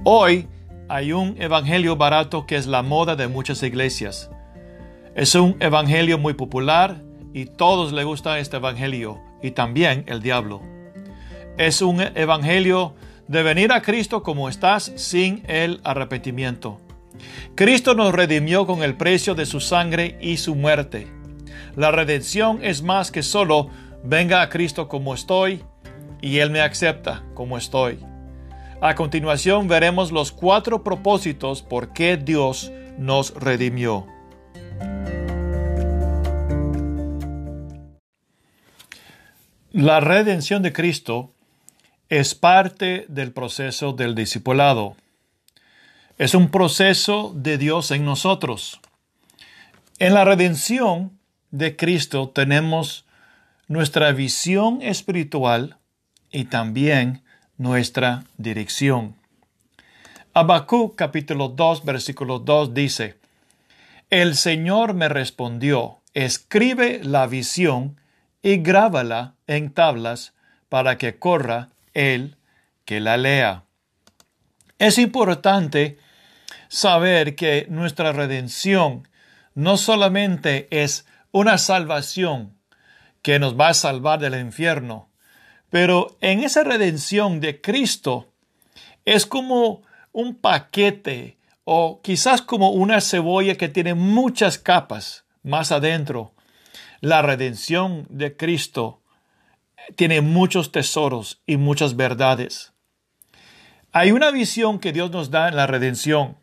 Hoy hay un evangelio barato que es la moda de muchas iglesias. Es un evangelio muy popular y todos les gusta este evangelio y también el diablo. Es un evangelio de venir a Cristo como estás sin el arrepentimiento. Cristo nos redimió con el precio de su sangre y su muerte. La redención es más que solo venga a Cristo como estoy y Él me acepta como estoy. A continuación veremos los 4 propósitos por qué Dios nos redimió. La redención de Cristo es parte del proceso del discipulado. Es un proceso de Dios en nosotros. En la redención de Cristo tenemos nuestra visión espiritual y también nuestra dirección. Habacuc capítulo 2 versículo 2 dice: El Señor me respondió, escribe la visión y grábala en tablas para que corra el que la lea. Es importante saber que nuestra redención no solamente es una salvación que nos va a salvar del infierno, pero en esa redención de Cristo es como un paquete o quizás como una cebolla que tiene muchas capas más adentro. La redención de Cristo tiene muchos tesoros y muchas verdades. Hay una visión que Dios nos da en la redención.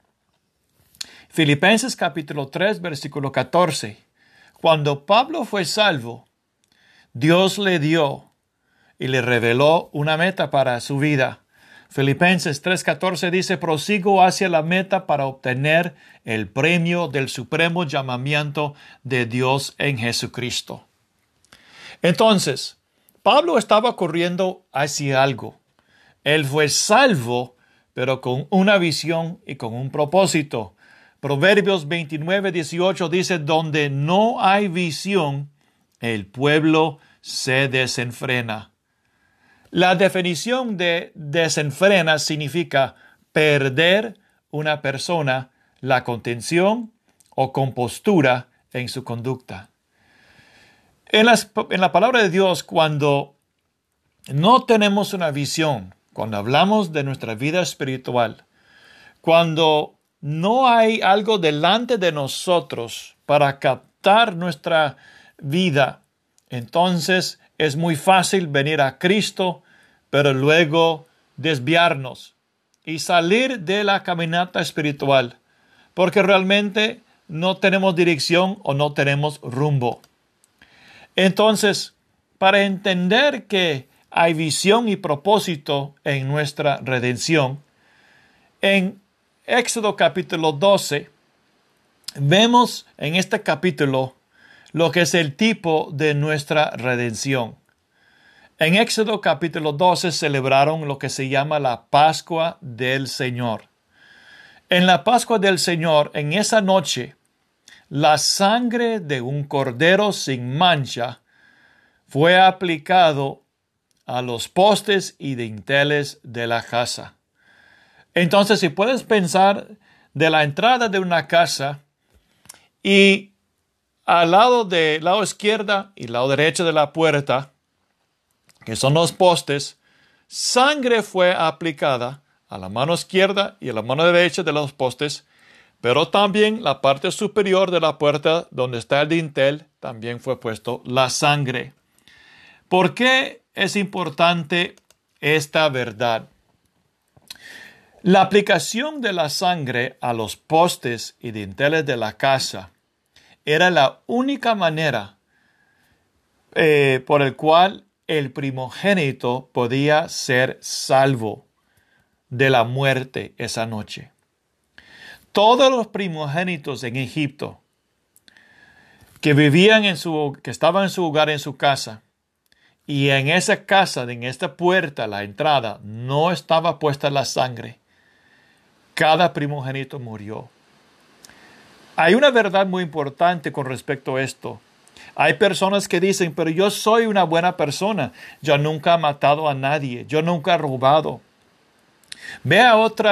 Filipenses capítulo 3 versículo 14. Cuando Pablo fue salvo, Dios le dio y le reveló una meta para su vida. Filipenses 3:14 dice: prosigo hacia la meta para obtener el premio del supremo llamamiento de Dios en Jesucristo. Entonces, Pablo estaba corriendo hacia algo. Él fue salvo, pero con una visión y con un propósito. Proverbios 29:18 dice: donde no hay visión, el pueblo se desenfrena. La definición de desenfrena significa perder una persona la contención o compostura en su conducta. En la palabra de Dios, cuando no tenemos una visión, cuando hablamos de nuestra vida espiritual, cuando no hay algo delante de nosotros para captar nuestra vida, entonces es muy fácil venir a Cristo, pero luego desviarnos y salir de la caminata espiritual, porque realmente no tenemos dirección o no tenemos rumbo. Entonces, para entender que hay visión y propósito en nuestra redención, en Éxodo capítulo 12, vemos en este capítulo lo que es el tipo de nuestra redención. En Éxodo capítulo 12 celebraron lo que se llama la Pascua del Señor. En la Pascua del Señor, en esa noche, la sangre de un cordero sin mancha fue aplicado a los postes y dinteles de la casa. Entonces, si puedes pensar de la entrada de una casa y al lado izquierda y lado derecho de la puerta, que son los postes, sangre fue aplicada a la mano izquierda y a la mano derecha de los postes, pero también la parte superior de la puerta donde está el dintel también fue puesto la sangre. ¿Por qué es importante esta verdad? La aplicación de la sangre a los postes y dinteles de la casa era la única manera por el cual el primogénito podía ser salvo de la muerte esa noche. Todos los primogénitos en Egipto que estaban en su hogar, en su casa, y en esa casa, en esta puerta, la entrada, no estaba puesta la sangre, cada primogénito murió. Hay una verdad muy importante con respecto a esto. Hay personas que dicen, pero yo soy una buena persona. Yo nunca he matado a nadie. Yo nunca he robado. Vea otra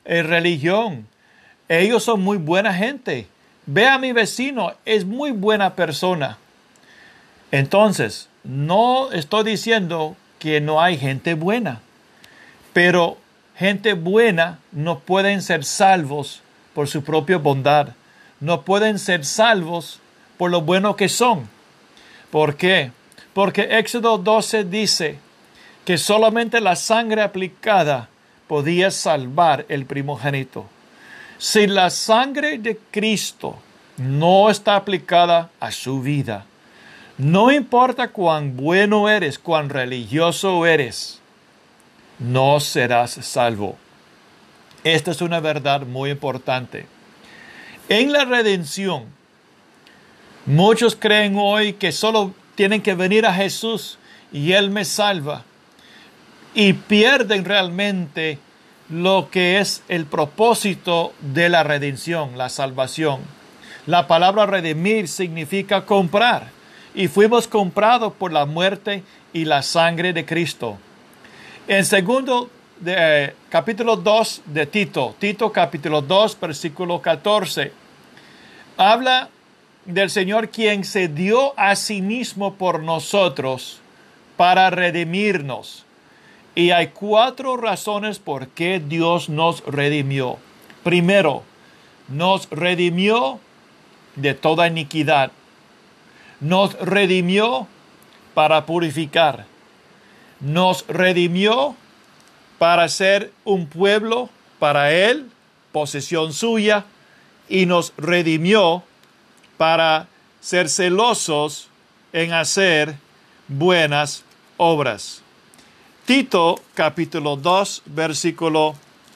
religión. Ellos son muy buena gente. Ve a mi vecino, es muy buena persona. Entonces, no estoy diciendo que no hay gente buena, pero gente buena no pueden ser salvos por su propia bondad. No pueden ser salvos por lo bueno que son. ¿Por qué? Porque Éxodo 12 dice que solamente la sangre aplicada podía salvar el primogénito. Si la sangre de Cristo no está aplicada a su vida, no importa cuán bueno eres, cuán religioso eres, no serás salvo. Esta es una verdad muy importante. En la redención, muchos creen hoy que solo tienen que venir a Jesús y Él me salva. Y pierden realmente lo que es el propósito de la redención, la salvación. La palabra redimir significa comprar. Y fuimos comprados por la muerte y la sangre de Cristo. En capítulo 2 de Tito capítulo 2, versículo 14, habla del Señor quien se dio a sí mismo por nosotros para redimirnos. Y hay 4 razones por qué Dios nos redimió. Primero, nos redimió de toda iniquidad. Nos redimió para purificar. Nos redimió para ser un pueblo para Él, posesión suya, y nos redimió para ser celosos en hacer buenas obras. Tito capítulo 2, versículo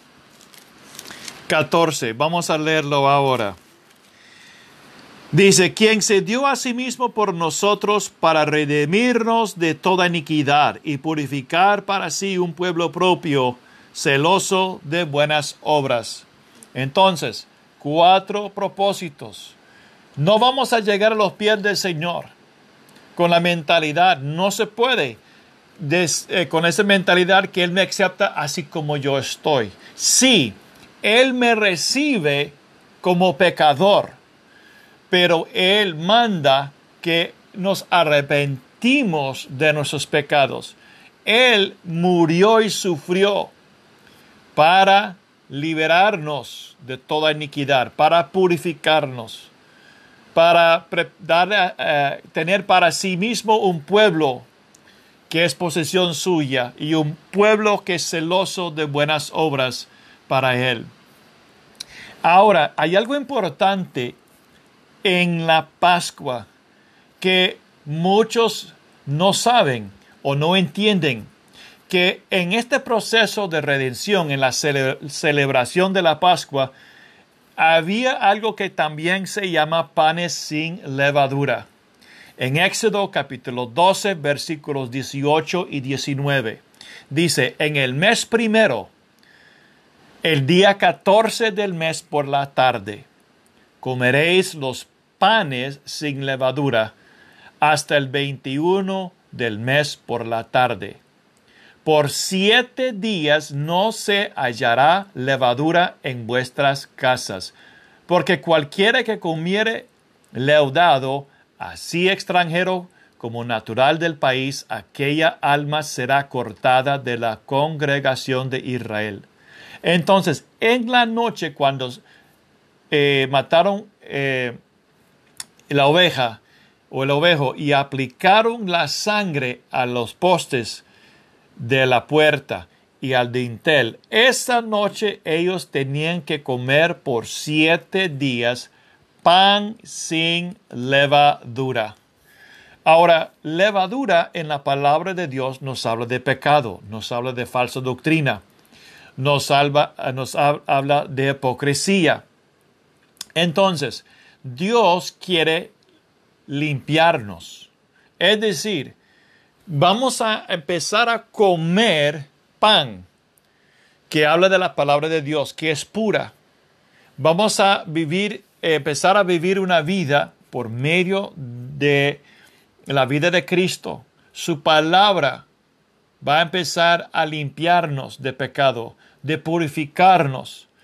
14. Vamos a leerlo ahora. Dice, quien se dio a sí mismo por nosotros para redimirnos de toda iniquidad y purificar para sí un pueblo propio, celoso de buenas obras. Entonces, 4 propósitos. No vamos a llegar a los pies del Señor con la mentalidad, no se puede, con esa mentalidad que Él me acepta así como yo estoy. Sí, Él me recibe como pecador, pero Él manda que nos arrepentimos de nuestros pecados. Él murió y sufrió para liberarnos de toda iniquidad, para purificarnos, para tener para sí mismo un pueblo que es posesión suya y un pueblo que es celoso de buenas obras para Él. Ahora, hay algo importante en la Pascua que muchos no saben o no entienden, que en este proceso de redención, en la celebración de la Pascua, había algo que también se llama panes sin levadura. En Éxodo capítulo 12, versículos 18 y 19, dice, en el mes primero, el día 14 del mes por la tarde, comeréis los panes sin levadura hasta el 21 del mes por la tarde. Por 7 días no se hallará levadura en vuestras casas, porque cualquiera que comiere leudado, así extranjero como natural del país, aquella alma será cortada de la congregación de Israel. Entonces, en la noche cuando mataron la oveja o el ovejo y aplicaron la sangre a los postes de la puerta y al dintel, esa noche ellos tenían que comer por 7 días pan sin levadura. Ahora, levadura en la palabra de Dios nos habla de pecado, nos habla de falsa doctrina, nos habla de hipocresía. Entonces, Dios quiere limpiarnos. Es decir, vamos a empezar a comer pan que habla de la palabra de Dios, que es pura. Vamos a empezar a vivir una vida por medio de la vida de Cristo. Su palabra va a empezar a limpiarnos de pecado, de purificarnos.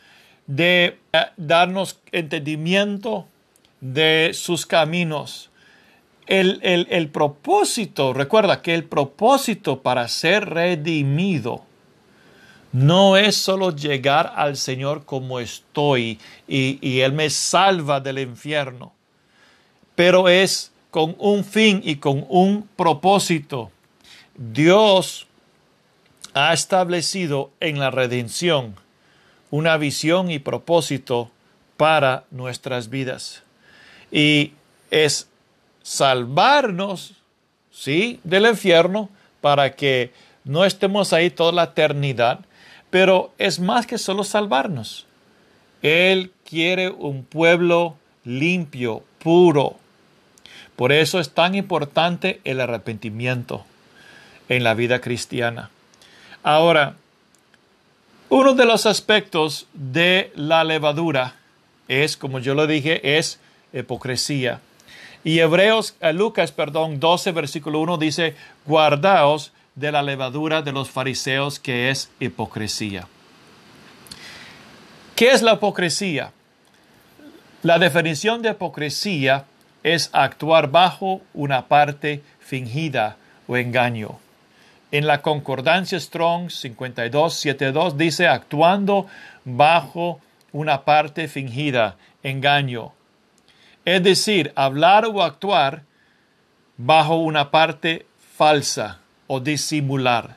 de darnos entendimiento de sus caminos. El propósito, recuerda que el propósito para ser redimido no es solo llegar al Señor como estoy y Él me salva del infierno, pero es con un fin y con un propósito. Dios ha establecido en la redención una visión y propósito para nuestras vidas. Y es salvarnos, ¿sí?, del infierno para que no estemos ahí toda la eternidad. Pero es más que solo salvarnos. Él quiere un pueblo limpio, puro. Por eso es tan importante el arrepentimiento en la vida cristiana. Ahora, uno de los aspectos de la levadura es, como yo lo dije, es hipocresía. Y Lucas 12, versículo 1 dice, guardaos de la levadura de los fariseos, que es hipocresía. ¿Qué es la hipocresía? La definición de hipocresía es actuar bajo una parte fingida o engaño. En la concordancia Strong 5272 dice actuando bajo una parte fingida, engaño. Es decir, hablar o actuar bajo una parte falsa o disimular.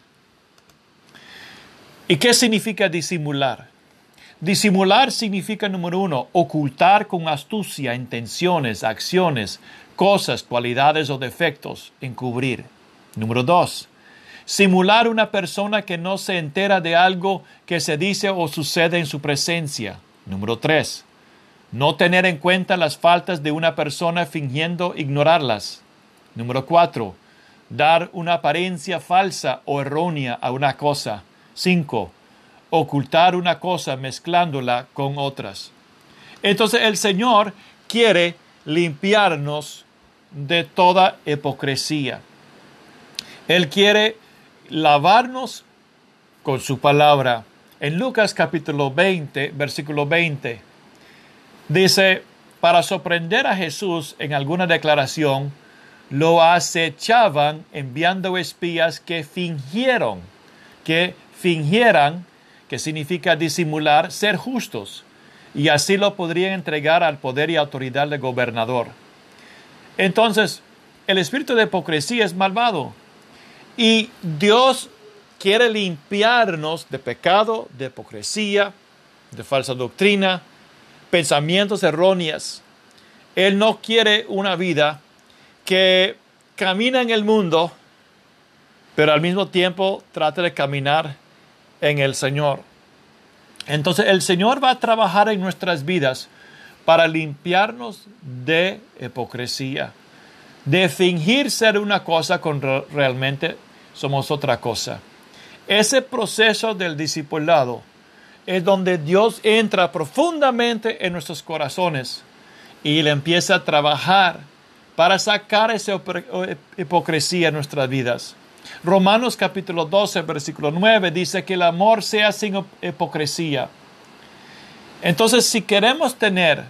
¿Y qué significa disimular? Disimular significa, número 1, ocultar con astucia intenciones, acciones, cosas, cualidades o defectos, encubrir. Número 2, simular una persona que no se entera de algo que se dice o sucede en su presencia. Número 3, no tener en cuenta las faltas de una persona fingiendo ignorarlas. Número 4, dar una apariencia falsa o errónea a una cosa. 5, ocultar una cosa mezclándola con otras. Entonces el Señor quiere limpiarnos de toda hipocresía. Él quiere lavarnos con su palabra. En Lucas capítulo 20, versículo 20, dice, para sorprender a Jesús en alguna declaración, lo acechaban enviando espías que fingieran, que significa disimular, ser justos, y así lo podrían entregar al poder y autoridad del gobernador. Entonces, el espíritu de hipocresía es malvado, y Dios quiere limpiarnos de pecado, de hipocresía, de falsa doctrina, pensamientos erróneos. Él no quiere una vida que camina en el mundo, pero al mismo tiempo trata de caminar en el Señor. Entonces el Señor va a trabajar en nuestras vidas para limpiarnos de hipocresía, de fingir ser una cosa cuando realmente somos otra cosa. Ese proceso del discipulado es donde Dios entra profundamente en nuestros corazones y le empieza a trabajar para sacar esa hipocresía en nuestras vidas. Romanos capítulo 12, versículo 9 dice que el amor sea sin hipocresía. Entonces, si queremos tener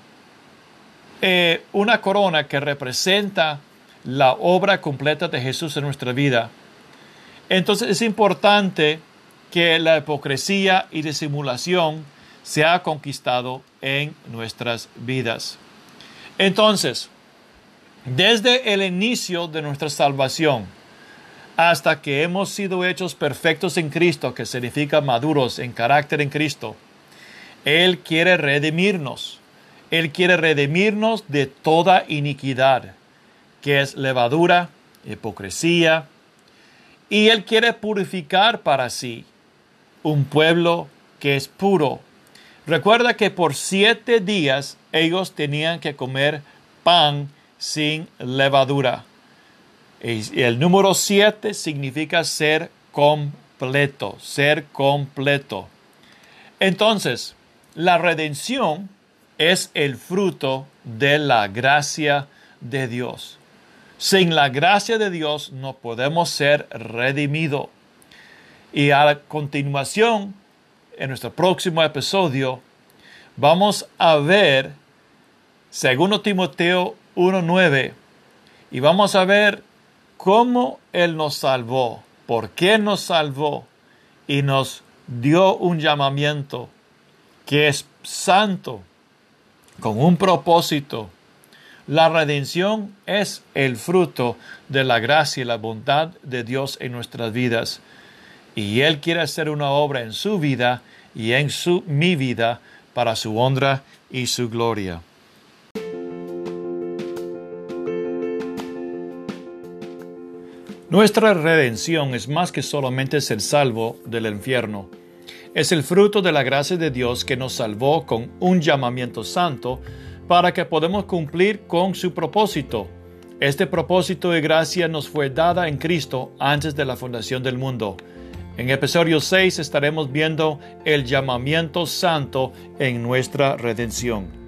una corona que representa la obra completa de Jesús en nuestra vida, entonces es importante que la hipocresía y disimulación sea conquistado en nuestras vidas. Entonces, desde el inicio de nuestra salvación hasta que hemos sido hechos perfectos en Cristo, que significa maduros en carácter en Cristo, Él quiere redimirnos. Él quiere redimirnos de toda iniquidad, que es levadura, hipocresía, y Él quiere purificar para sí un pueblo que es puro. Recuerda que por 7 días ellos tenían que comer pan sin levadura. Y el número 7 significa ser completo, ser completo. Entonces, la redención es el fruto de la gracia de Dios. Sin la gracia de Dios no podemos ser redimidos. Y a continuación, en nuestro próximo episodio, vamos a ver 2 Timoteo 1:9 y vamos a ver cómo Él nos salvó, por qué nos salvó y nos dio un llamamiento que es santo, con un propósito. La redención es el fruto de la gracia y la bondad de Dios en nuestras vidas. Y Él quiere hacer una obra en su vida y en mi vida para su honra y su gloria. Nuestra redención es más que solamente ser salvo del infierno. Es el fruto de la gracia de Dios que nos salvó con un llamamiento santo para que podamos cumplir con su propósito. Este propósito de gracia nos fue dada en Cristo antes de la fundación del mundo. En episodio 6 estaremos viendo el llamamiento santo en nuestra redención.